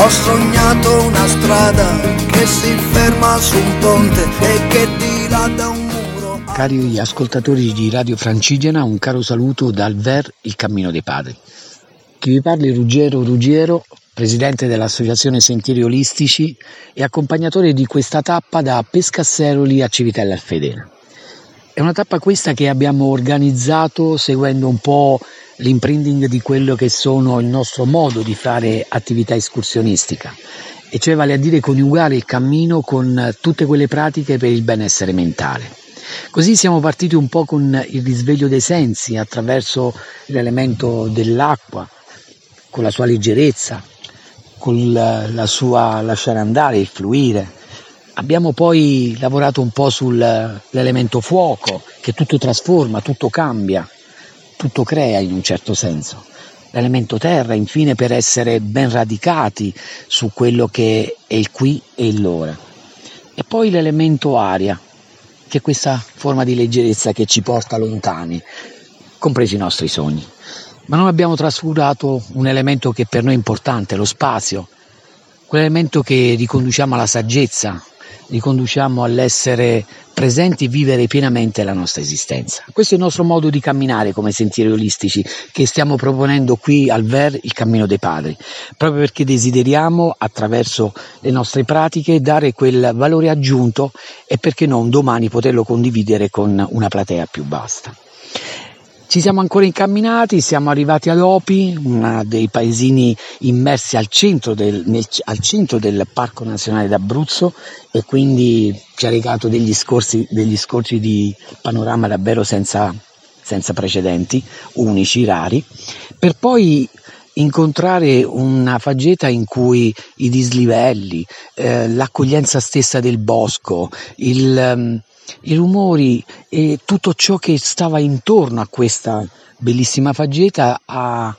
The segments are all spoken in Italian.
Ho sognato una strada che si ferma su un ponte e che dilata un muro. Cari ascoltatori di Radio Francigena, un caro saluto dal VER Il Cammino dei Padri. Chi vi parla è Ruggero Ruggiero, presidente dell'Associazione Sentieri Olistici e accompagnatore di questa tappa da Pescasseroli a Civitella Alfedena. È una tappa questa che abbiamo organizzato seguendo un po' l'imprinting di quello che sono il nostro modo di fare attività escursionistica, e cioè vale a dire coniugare il cammino con tutte quelle pratiche per il benessere mentale. Così siamo partiti un po' con il risveglio dei sensi attraverso l'elemento dell'acqua, con la sua leggerezza, con la sua lasciare andare, il fluire. Abbiamo poi lavorato un po' sull'elemento fuoco, che tutto trasforma, tutto cambia, tutto crea in un certo senso. L'elemento terra, infine, per essere ben radicati su quello che è il qui e il l'ora. E poi l'elemento aria, che è questa forma di leggerezza che ci porta lontani, compresi i nostri sogni. Ma noi abbiamo trascurato un elemento che per noi è importante, lo spazio, quell'elemento che riconduciamo alla saggezza, riconduciamo all'essere presenti e vivere pienamente la nostra esistenza. Questo è il nostro modo di camminare come sentieri olistici che stiamo proponendo qui al VER Il Cammino dei Padri, proprio perché desideriamo attraverso le nostre pratiche dare quel valore aggiunto e perché non domani poterlo condividere con una platea più vasta. Ci siamo ancora incamminati, siamo arrivati ad Opi, uno dei paesini immersi al centro del Parco Nazionale d'Abruzzo, e quindi ci ha regato degli scorci di panorama davvero senza precedenti, unici, rari, per poi incontrare una faggeta in cui i dislivelli, l'accoglienza stessa del bosco, i rumori e tutto ciò che stava intorno a questa bellissima faggeta ha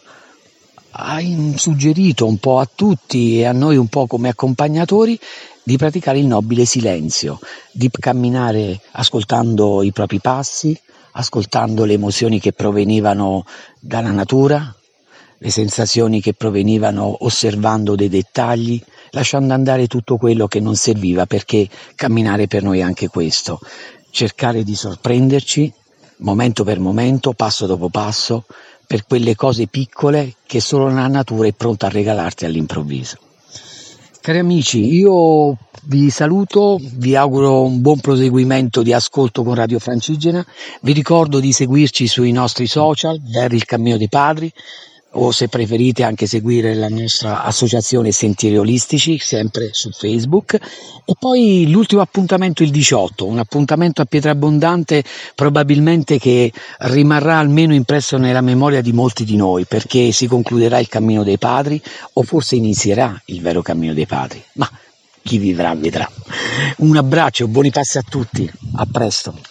suggerito un po' a tutti e a noi un po' come accompagnatori di praticare il nobile silenzio, di camminare ascoltando i propri passi, ascoltando le emozioni che provenivano dalla natura, le sensazioni che provenivano osservando dei dettagli, lasciando andare tutto quello che non serviva, perché camminare per noi è anche questo, cercare di sorprenderci momento per momento, passo dopo passo, per quelle cose piccole che solo la natura è pronta a regalarti all'improvviso. Cari amici, io vi saluto, vi auguro un buon proseguimento di ascolto con Radio Francigena, vi ricordo di seguirci sui nostri social, VER Il Cammino dei Padri, o se preferite anche seguire la nostra associazione Sentieri Olistici, sempre su Facebook. E poi l'ultimo appuntamento il 18, un appuntamento a Pietrabbondante probabilmente che rimarrà almeno impresso nella memoria di molti di noi, perché si concluderà il Cammino dei Padri, o forse inizierà il vero Cammino dei Padri, ma chi vivrà vedrà. Un abbraccio, buoni passi a tutti, a presto.